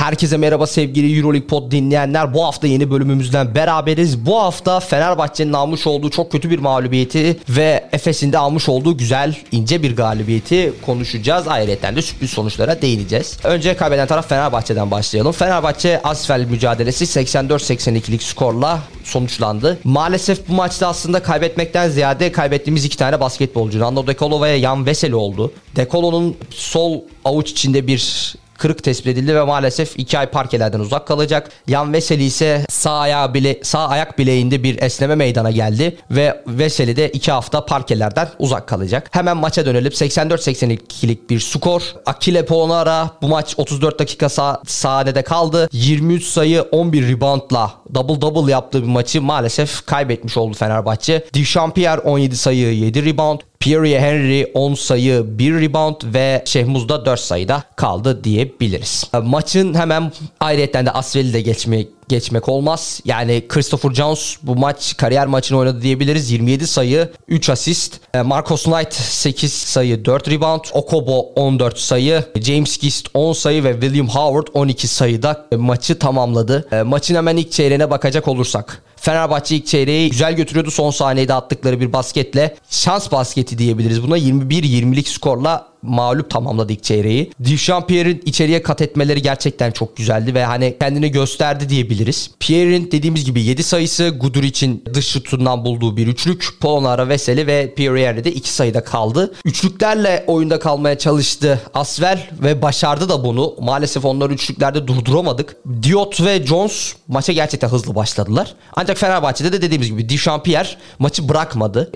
Herkese merhaba sevgili Euroleague Pod dinleyenler. Bu hafta yeni bölümümüzden beraberiz. Bu hafta Fenerbahçe'nin almış olduğu çok kötü bir mağlubiyeti ve Efes'in de almış olduğu güzel, ince bir galibiyeti konuşacağız. Ayrıca de sürpriz sonuçlara değineceğiz. Önce kaybeden taraf Fenerbahçe'den başlayalım. Fenerbahçe Asvel mücadelesi 84-82'lik skorla sonuçlandı. Maalesef bu maçta aslında kaybetmekten ziyade kaybettiğimiz iki tane basketbolcu, Nando De Colo ve Jan Veseli oldu. De Colo'nun sol avuç içinde bir kırık tespit edildi ve maalesef 2 ay parkelerden uzak kalacak. Jan Veseli ise sağ ayak bileğinde bir esneme meydana geldi ve Veseli de 2 hafta parkelerden uzak kalacak. Hemen maça dönelim. 84-82'lik bir skor. Achille Polonara bu maç 34 dakika sahada kaldı. 23 sayı 11 reboundla double yaptığı bir maçı maalesef kaybetmiş oldu Fenerbahçe. Dechampierre 17 sayı 7 rebound. Pierre Henry 10 sayı 1 rebound ve Şehmuz da 4 sayıda kaldı diyebiliriz. Maçın hemen ayrıyeten de Asvel'i de geçmek olmaz. Yani Christopher Jones bu maç kariyer maçını oynadı diyebiliriz. 27 sayı 3 asist. Marcus Knight 8 sayı 4 rebound. Okobo 14 sayı. James Gist 10 sayı ve William Howard 12 sayıda maçı tamamladı. Maçın hemen ilk çeyreğine bakacak olursak, Fenerbahçe ilk çeyreği güzel götürüyordu. Son saniyede attıkları bir basketle, şans basketi diyebiliriz buna, 21-20'lik skorla mağlup tamamladı ilk çeyreği. Dechampierre'in içeriye kat etmeleri gerçekten çok güzeldi ve hani kendini gösterdi diyebiliriz. Pierre'in dediğimiz gibi 7 sayısı, Guduric'in dış şutundan bulduğu bir üçlük, Polonara, Veseli ve Pierre de 2 sayıda kaldı. Üçlüklerle oyunda kalmaya çalıştı Asvel ve başardı da bunu. Maalesef onları üçlüklerde durduramadık. Diot ve Jones maça gerçekten hızlı başladılar. Ancak Fenerbahçe'de de dediğimiz gibi Dechampierre maçı bırakmadı.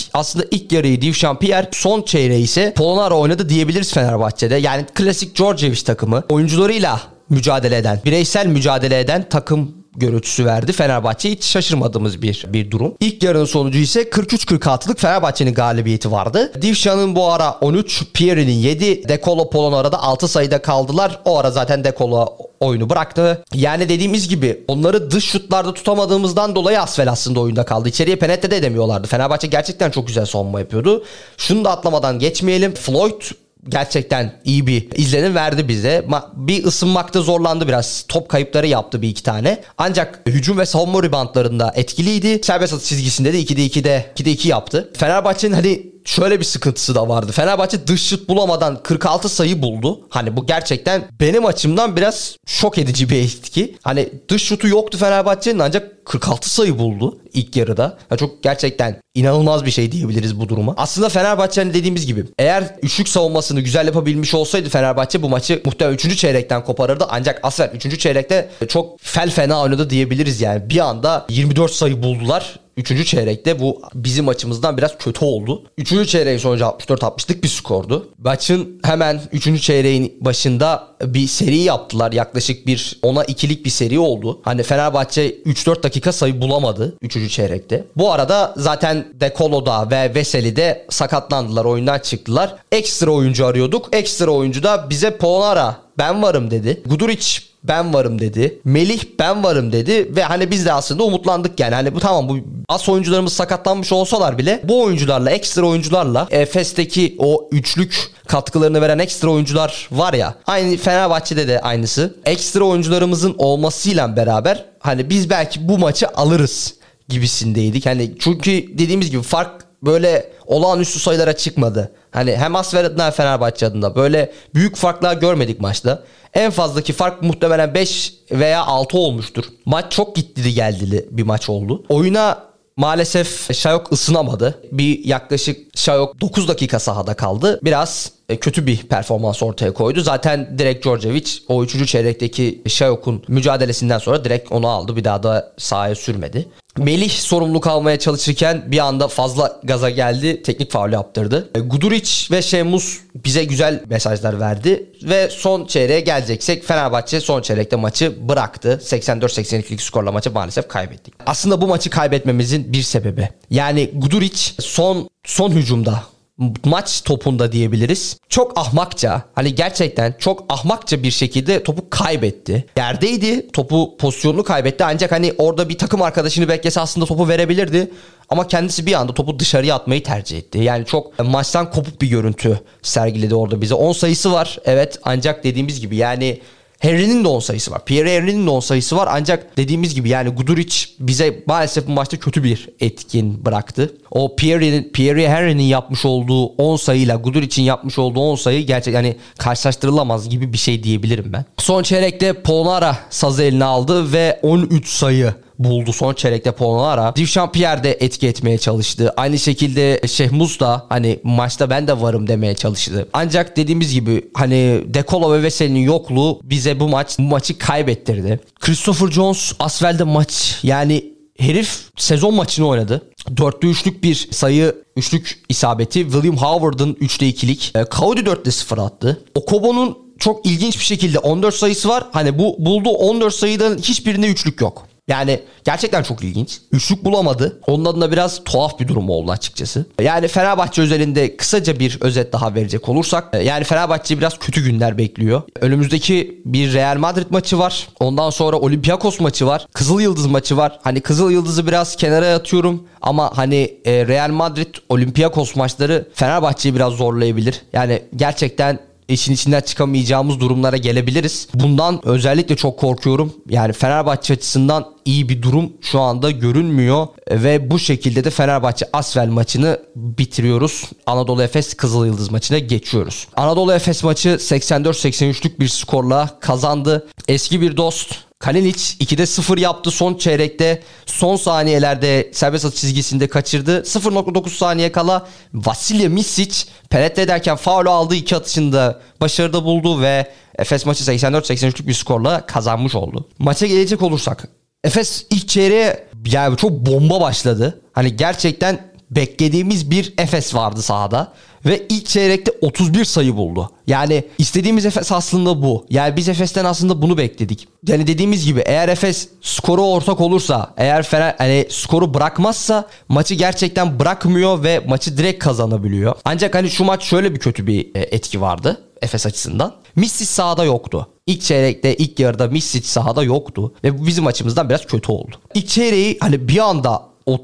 İlk yarıyı Dechampierre, son çeyreği ise Polonara oynadı diyebiliriz Fenerbahçe'de. Yani klasik Djordjevic takımı oyuncularıyla mücadele eden, bireysel mücadele eden takım görüntüsü verdi. Fenerbahçe hiç şaşırmadığımız bir durum. İlk yarının sonucu ise 43-46'lık Fenerbahçe'nin galibiyeti vardı. Divşan'ın bu ara 13, Pierre'nin 7, De Colo Polonara'da 6 sayıda kaldılar. O ara zaten De Colo oyunu bıraktı. Yani dediğimiz gibi onları dış şutlarda tutamadığımızdan dolayı Asvel aslında oyunda kaldı. İçeriye penetre de edemiyorlardı. Fenerbahçe gerçekten çok güzel savunma yapıyordu. Şunu da atlamadan geçmeyelim. Floyd gerçekten iyi bir izlenim verdi bize. Bir ısınmakta zorlandı biraz. Top kayıpları yaptı bir iki tane. Ancak hücum ve savunma reboundlarında etkiliydi. Serbest atış çizgisinde de 2'de 2 yaptı. Fenerbahçe'nin hani şöyle bir sıkıntısı da vardı. Fenerbahçe dış şut bulamadan 46 sayı buldu. Hani bu gerçekten benim açımdan biraz şok edici bir etki. Hani dış şutu yoktu Fenerbahçe'nin ancak 46 sayı buldu ilk yarıda. Yani çok gerçekten inanılmaz bir şey diyebiliriz bu duruma. Aslında Fenerbahçe'nin dediğimiz gibi eğer üçlük savunmasını güzel yapabilmiş olsaydı Fenerbahçe bu maçı muhtemelen 3. çeyrekten koparırdı. Ancak Asvel 3. çeyrekte çok fena oynadı diyebiliriz yani. Bir anda 24 sayı buldular 3. çeyrekte. Bu bizim açımızdan biraz kötü oldu. 3. çeyreğin sonucu 64-60'lık bir skordu. Maçın hemen 3. çeyreğin başında bir seri yaptılar. Yaklaşık bir 10'a 2'lik bir seri oldu. Hani Fenerbahçe 3-4 dakika sayı bulamadı 3. çeyrekte. Bu arada zaten De Colo'da ve Veseli'de sakatlandılar. Oyundan çıktılar. Ekstra oyuncu arıyorduk. Ekstra oyuncu da bize Polonara ben varım dedi. Guduric ben varım dedi. Melih ben varım dedi ve hani biz de aslında umutlandık yani. Hani bu tamam, bu as oyuncularımız sakatlanmış olsalar bile bu oyuncularla, ekstra oyuncularla Efes'teki o üçlük katkılarını veren ekstra oyuncular var ya. Aynı Fenerbahçe'de de aynısı. Ekstra oyuncularımızın olmasıyla beraber hani biz belki bu maçı alırız gibisindeydik. Hani çünkü dediğimiz gibi fark böyle olağanüstü sayılara çıkmadı. Hani hem Asvel adına hem Fenerbahçe adına böyle büyük farklar görmedik maçta. En fazlaki fark muhtemelen 5 veya 6 olmuştur. Maç çok gittili geldili bir maç oldu. Oyuna maalesef Şayok ısınamadı. Bir yaklaşık Şayok 9 dakika sahada kaldı. Biraz kötü bir performans ortaya koydu. Zaten direkt Djordjevic o 3. çeyrekteki Şayok'un mücadelesinden sonra direkt onu aldı. Bir daha da sahaya sürmedi. Melih sorumluluk almaya çalışırken bir anda fazla gaza geldi. Teknik faul yaptırdı. Guduric ve Şehmuz bize güzel mesajlar verdi. Ve son çeyreğe geleceksek Fenerbahçe son çeyrekte maçı bıraktı. 84-82'lik skorla maçı maalesef kaybettik. Aslında bu maçı kaybetmemizin bir sebebi. Yani Guduric son hücumda, maç topunda diyebiliriz, çok ahmakça, hani gerçekten çok ahmakça bir şekilde topu kaybetti. Yerdeydi, topu pozisyonunu kaybetti ancak hani orada bir takım arkadaşını beklese aslında topu verebilirdi. Ama kendisi bir anda topu dışarıya atmayı tercih etti. Yani çok maçtan kopuk bir görüntü sergiledi orada bize. 10 sayısı var evet, ancak dediğimiz gibi yani Henry'nin de 10 sayısı var. Pierre Henry'nin de 10 sayısı var. Ancak dediğimiz gibi yani Guduric bize maalesef bu maçta kötü bir etkin bıraktı. O Pierre Henry'nin yapmış olduğu 10 sayıyla Guduric'in yapmış olduğu 10 sayı gerçekten hani karşılaştırılamaz gibi bir şey diyebilirim ben. Son çeyrekte Polonara sazı eline aldı ve 13 sayı buldu son çeyrekte Polonara. Divşampierre de etki etmeye çalıştı. Aynı şekilde Şehmuz da hani maçta ben de varım demeye çalıştı. Ancak dediğimiz gibi hani De Colo ve Veseli'nin yokluğu bize bu maçı kaybettirdi. Christopher Jones Asvel'de maç yani herif sezon maçını oynadı. 4'te 3'lük bir sayı, üçlük isabeti. William Howard'ın 3'te 2'lik. Cody 4'te 0 attı. Okobo'nun çok ilginç bir şekilde 14 sayısı var. Hani bu bulduğu 14 sayıdan hiçbirinde üçlük yok. Yani gerçekten çok ilginç. Üçlük bulamadı. Onun adına biraz tuhaf bir durum oldu açıkçası. Yani Fenerbahçe özelinde kısaca bir özet daha verecek olursak. Yani Fenerbahçe biraz kötü günler bekliyor. Önümüzdeki bir Real Madrid maçı var. Ondan sonra Olympiakos maçı var. Kızıl Yıldız maçı var. Hani Kızıl Yıldız'ı biraz kenara atıyorum. Ama hani Real Madrid Olympiakos maçları Fenerbahçe'yi biraz zorlayabilir. Yani gerçekten işin içinden çıkamayacağımız durumlara gelebiliriz. Bundan özellikle çok korkuyorum. Yani Fenerbahçe açısından iyi bir durum şu anda görünmüyor ve bu şekilde de Fenerbahçe Asvel maçını bitiriyoruz. Anadolu Efes Kızıl Yıldız maçına geçiyoruz. Anadolu Efes maçı 84-83'lük bir skorla kazandı. Eski bir dost Kalinic 2'de 0 yaptı son çeyrekte. Son saniyelerde serbest atış çizgisinde kaçırdı. 0.9 saniye kala Vasilya Micic penetre ederken faul aldığı iki atışında başarıda buldu ve Efes maçı 84-83'lük bir skorla kazanmış oldu. Maça gelecek olursak Efes ilk çeyreğe yani çok bomba başladı. Hani gerçekten beklediğimiz bir Efes vardı sahada. Ve ilk çeyrekte 31 sayı buldu. Yani istediğimiz Efes aslında bu. Yani biz Efes'ten aslında bunu bekledik. Yani dediğimiz gibi eğer Efes skoru ortak olursa, eğer Fener hani skoru bırakmazsa maçı gerçekten bırakmıyor ve maçı direkt kazanabiliyor. Ancak hani şu maç şöyle bir kötü bir etki vardı Efes açısından. Micic sahada yoktu. İlk çeyrekte, ilk yarıda Micic sahada yoktu. Ve bu bizim açımızdan biraz kötü oldu. İlk çeyreği hani bir anda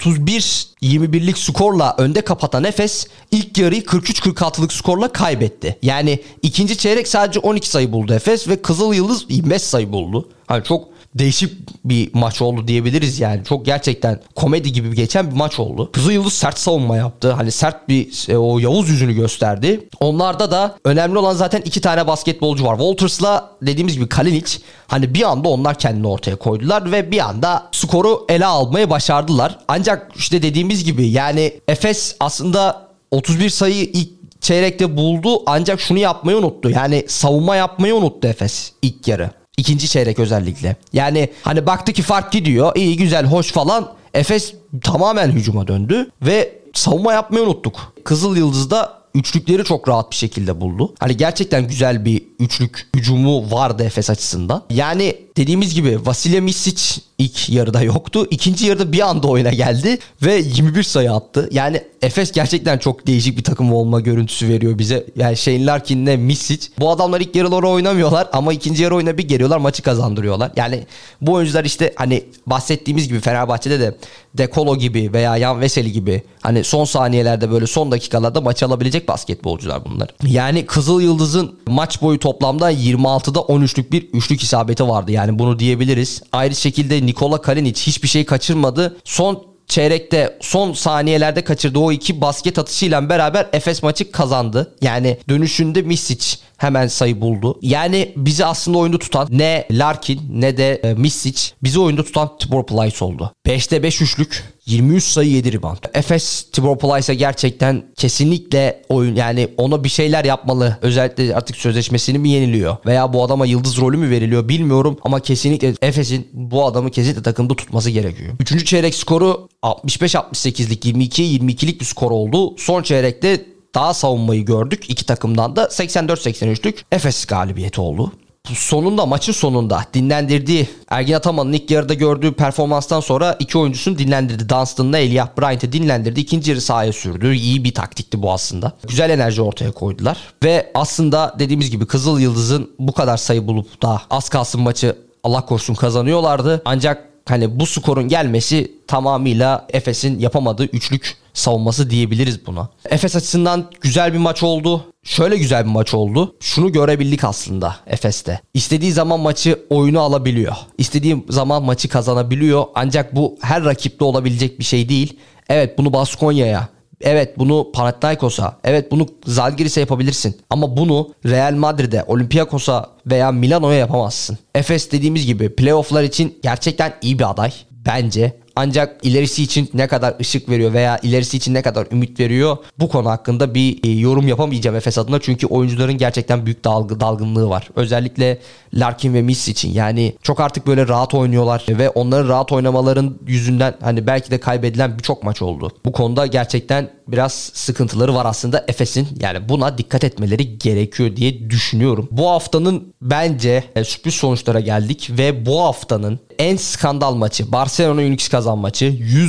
31-21'lik skorla önde kapatan Efes ilk yarıyı 43-46'lık skorla kaybetti. Yani ikinci çeyrek sadece 12 sayı buldu Efes ve Kızıl Yıldız 25 sayı buldu. Hani çok değişik bir maç oldu diyebiliriz yani. Çok gerçekten komedi gibi geçen bir maç oldu. Kızıl Yıldız sert savunma yaptı. Hani sert bir o Yavuz yüzünü gösterdi. Onlarda da önemli olan zaten iki tane basketbolcu var. Walters'la dediğimiz gibi Kalinic. Hani bir anda onlar kendini ortaya koydular ve bir anda skoru ele almayı başardılar. Ancak işte dediğimiz gibi yani Efes aslında 31 sayı ilk çeyrekte buldu ancak şunu yapmayı unuttu. Yani savunma yapmayı unuttu Efes ilk yarı. İkinci çeyrek özellikle. Yani hani baktı ki fark gidiyor. İyi güzel hoş falan. Efes tamamen hücuma döndü ve savunma yapmayı unuttuk. Kızıl Yıldız'da üçlükleri çok rahat bir şekilde buldu. Hani gerçekten güzel bir üçlük hücumu vardı Efes açısından. Yani dediğimiz gibi Vasilya Micic ilk yarıda yoktu. İkinci yarıda bir anda oyuna geldi ve 21 sayı attı. Yani Efes gerçekten çok değişik bir takım olma görüntüsü veriyor bize. Yani Shane Larkin'le Micic. Bu adamlar ilk yarıları oynamıyorlar ama ikinci yarı oyuna bir geliyorlar, maçı kazandırıyorlar. Yani bu oyuncular işte hani bahsettiğimiz gibi Fenerbahçe'de de De Colo gibi veya Yan Veseli gibi hani son saniyelerde böyle son dakikalarda maç alabilecek basketbolcular bunlar. Yani Kızıl Yıldız'ın maç boyu toplamda 26'da 13'lük bir üçlük isabeti vardı. Yani bunu diyebiliriz. Ayrı şekilde Nikola Kalinic hiçbir şey kaçırmadı. Son çeyrekte son saniyelerde kaçırdığı o iki basket atışıyla beraber Efes maçı kazandı. Yani dönüşünde Micic hemen sayı buldu. Yani bizi aslında oyunda tutan ne Larkin ne de Micic, bizi oyunda tutan Tibor Plyce oldu. 5'te 5 üçlük, 23 sayı 7 rebound. Efes Tibor Plyce'a gerçekten kesinlikle oyun yani ona bir şeyler yapmalı. Özellikle artık sözleşmesini mi yeniliyor veya bu adama yıldız rolü mü veriliyor bilmiyorum ama kesinlikle Efes'in bu adamı kesinlikle takımda tutması gerekiyor. Üçüncü çeyrek skoru 65-68'lik 22-22'lik bir skor oldu. Son çeyrekte daha savunmayı gördük. İki takımdan da 84-83'lük Efes galibiyeti oldu. Sonunda maçın sonunda dinlendirdiği Ergin Ataman'ın ilk yarıda gördüğü performanstan sonra iki oyuncusunu dinlendirdi. Dunstan'la Elijah Bryant'ı dinlendirdi. İkinci yarı sahaya sürdü. İyi bir taktikti bu aslında. Güzel enerji ortaya koydular. Ve aslında dediğimiz gibi Kızıl Yıldız'ın bu kadar sayı bulup da az kalsın maçı Allah korusun kazanıyorlardı. Ancak hani bu skorun gelmesi tamamıyla Efes'in yapamadığı üçlük savunması diyebiliriz buna. Efes açısından güzel bir maç oldu. Şöyle güzel bir maç oldu. Şunu görebildik aslında Efes'te. İstediği zaman maçı oyunu alabiliyor. İstediği zaman maçı kazanabiliyor. Ancak bu her rakipte olabilecek bir şey değil. Evet, bunu Baskonya'ya, evet bunu Panathinaikos'a, evet bunu Zalgiris'e yapabilirsin. Ama bunu Real Madrid'e, Olympiakos'a veya Milano'ya yapamazsın. Efes dediğimiz gibi playoff'lar için gerçekten iyi bir aday bence. Ancak ilerisi için ne kadar ışık veriyor veya ilerisi için ne kadar ümit veriyor, bu konu hakkında bir yorum yapamayacağım Efes adına. Çünkü oyuncuların gerçekten büyük dalgınlığı var. Özellikle Larkin ve Miss için. Yani çok artık böyle rahat oynuyorlar ve onların rahat oynamaların yüzünden hani belki de kaybedilen birçok maç oldu. Bu konuda gerçekten biraz sıkıntıları var aslında Efes'in. Yani buna dikkat etmeleri gerekiyor diye düşünüyorum. Bu haftanın bence sürpriz sonuçlara geldik ve bu haftanın en skandal maçı Barcelona Unix kazan maçı,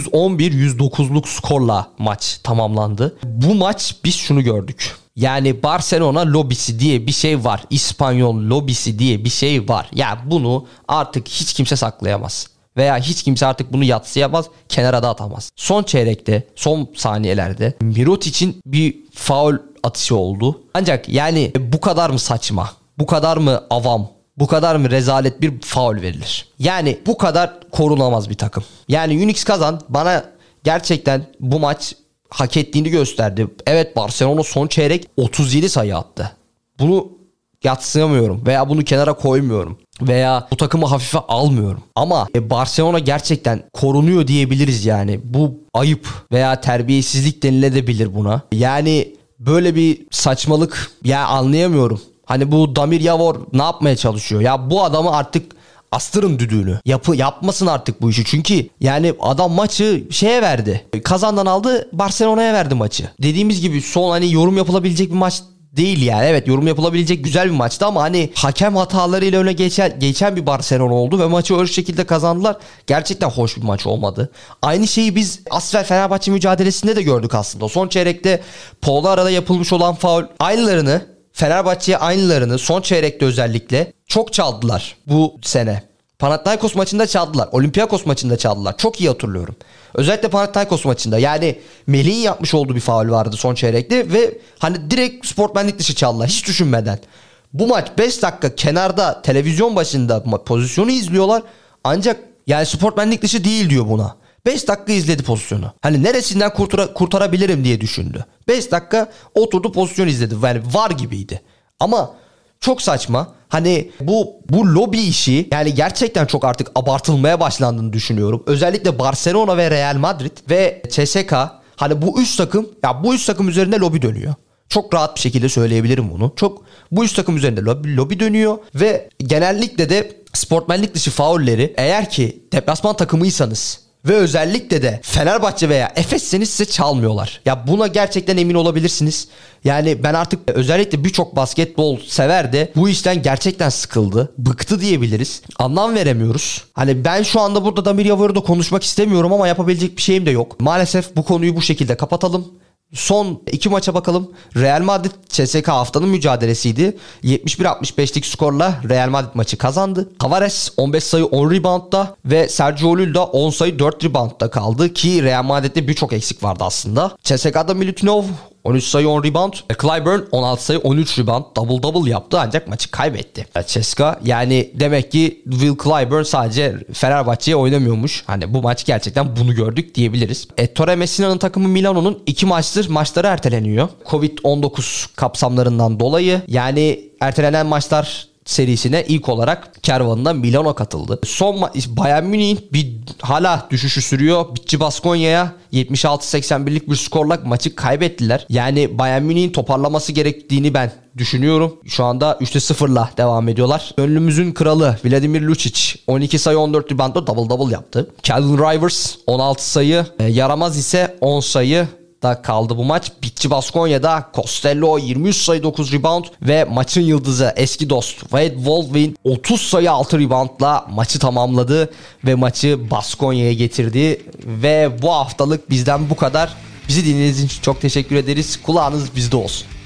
111-109'luk skorla maç tamamlandı. Bu maç biz şunu gördük. Yani Barcelona lobisi diye bir şey var. İspanyol lobisi diye bir şey var. Ya bunu artık hiç kimse saklayamaz. Veya hiç kimse artık bunu yadsıyamaz, kenara da atamaz. Son çeyrekte, son saniyelerde Mirotic'in bir faul atışı oldu. Ancak yani bu kadar mı saçma? Bu kadar mı avam? Bu kadar mı rezalet bir faul verilir? Yani bu kadar korunamaz bir takım. Yani Unix kazan bana gerçekten bu maç hak ettiğini gösterdi. Evet, Barcelona son çeyrek 37 sayı attı. Bunu yadsıyamıyorum veya bunu kenara koymuyorum veya bu takımı hafife almıyorum. Ama Barcelona gerçekten korunuyor diyebiliriz yani. Bu ayıp veya terbiyesizlik denilebilir buna. Yani böyle bir saçmalık ya, anlayamıyorum. Hani bu Damir Yavor ne yapmaya çalışıyor? Ya bu adamı artık astırın düdüğünü. Yapmasın artık bu işi. Çünkü yani adam maçı şeye verdi. Kazandan aldı, Barcelona'ya verdi maçı. Dediğimiz gibi son hani yorum yapılabilecek bir maç değil yani. Evet, yorum yapılabilecek güzel bir maçtı ama hani hakem hatalarıyla öne geçen bir Barcelona oldu ve maçı öyle şekilde kazandılar. Gerçekten hoş bir maç olmadı. Aynı şeyi biz Asfer Fenerbahçe mücadelesinde de gördük aslında. Son çeyrekte Paul'la arada yapılmış olan faul Fenerbahçe'ye aynılarını son çeyrekte özellikle çok çaldılar bu sene. Panathinaikos maçında çaldılar. Olympiakos maçında çaldılar. Çok iyi hatırlıyorum. Özellikle Panathinaikos maçında. Yani Melih'in yapmış olduğu bir faul vardı son çeyrekte ve hani direkt sportmenlik dışı çaldılar hiç düşünmeden. Bu maç 5 dakika kenarda televizyon başında pozisyonu izliyorlar. Ancak yani sportmenlik dışı değil diyor buna. 5 dakika izledi pozisyonu. Hani neresinden kurtarabilirim diye düşündü. 5 dakika oturdu, pozisyon izledi. Yani var gibiydi. Ama çok saçma. Hani bu lobi işi yani gerçekten çok artık abartılmaya başlandığını düşünüyorum. Özellikle Barcelona ve Real Madrid ve CSKA, hani bu üç takım üzerinde lobi dönüyor. Çok rahat bir şekilde söyleyebilirim bunu. Bu üç takım üzerinde lobi dönüyor ve genellikle de sportmenlik dışı faulleri, eğer ki deplasman takımıysanız ve özellikle de Fenerbahçe veya Efes'seniz size çalmıyorlar. Ya buna gerçekten emin olabilirsiniz. Yani ben artık özellikle birçok basketbol sever de bu işten gerçekten sıkıldı. Bıktı diyebiliriz. Anlam veremiyoruz. Hani ben şu anda burada Damir Yavor'u da konuşmak istemiyorum ama yapabilecek bir şeyim de yok. Maalesef bu konuyu bu şekilde kapatalım. Son iki maça bakalım. Real Madrid CSKA haftanın mücadelesiydi. 71-65'lik skorla Real Madrid maçı kazandı. Tavares 15 sayı 10 reboundda ve Sergio Llull da 10 sayı 4 reboundda kaldı ki Real Madrid'de birçok eksik vardı aslında. CSKA'da Milutinov 13 sayı 10 rebound. Clyburn 16 sayı 13 rebound. Double double yaptı ancak maçı kaybetti. CSKA yani demek ki Will Clyburn sadece Fenerbahçe'ye oynamıyormuş. Hani bu maç gerçekten bunu gördük diyebiliriz. Ettore Messina'nın takımı Milano'nun 2 maçtır maçları erteleniyor. Covid-19 kapsamlarından dolayı yani ertelenen maçlar serisine ilk olarak kervanında Milano katıldı. Bayern Münih'in hala düşüşü sürüyor. Bitçi Baskonya'ya 76-81'lik bir skorla maçı kaybettiler. Yani Bayern Münih'in toparlaması gerektiğini ben düşünüyorum. Şu anda 3'te 0'la devam ediyorlar. Önümüzün kralı Vladimir Lucic 12 sayı 14 reboundla double double yaptı. Calvin Rivers 16 sayı, Yaramaz ise 10 sayı da kaldı bu maç. Bitçi Baskonya'da Costello 23 sayı 9 rebound ve maçın yıldızı eski dost Wade Baldwin 30 sayı 6 reboundla maçı tamamladı ve maçı Baskonya'ya getirdi ve bu haftalık bizden bu kadar. Bizi dinlediğiniz için çok teşekkür ederiz. Kulağınız bizde olsun.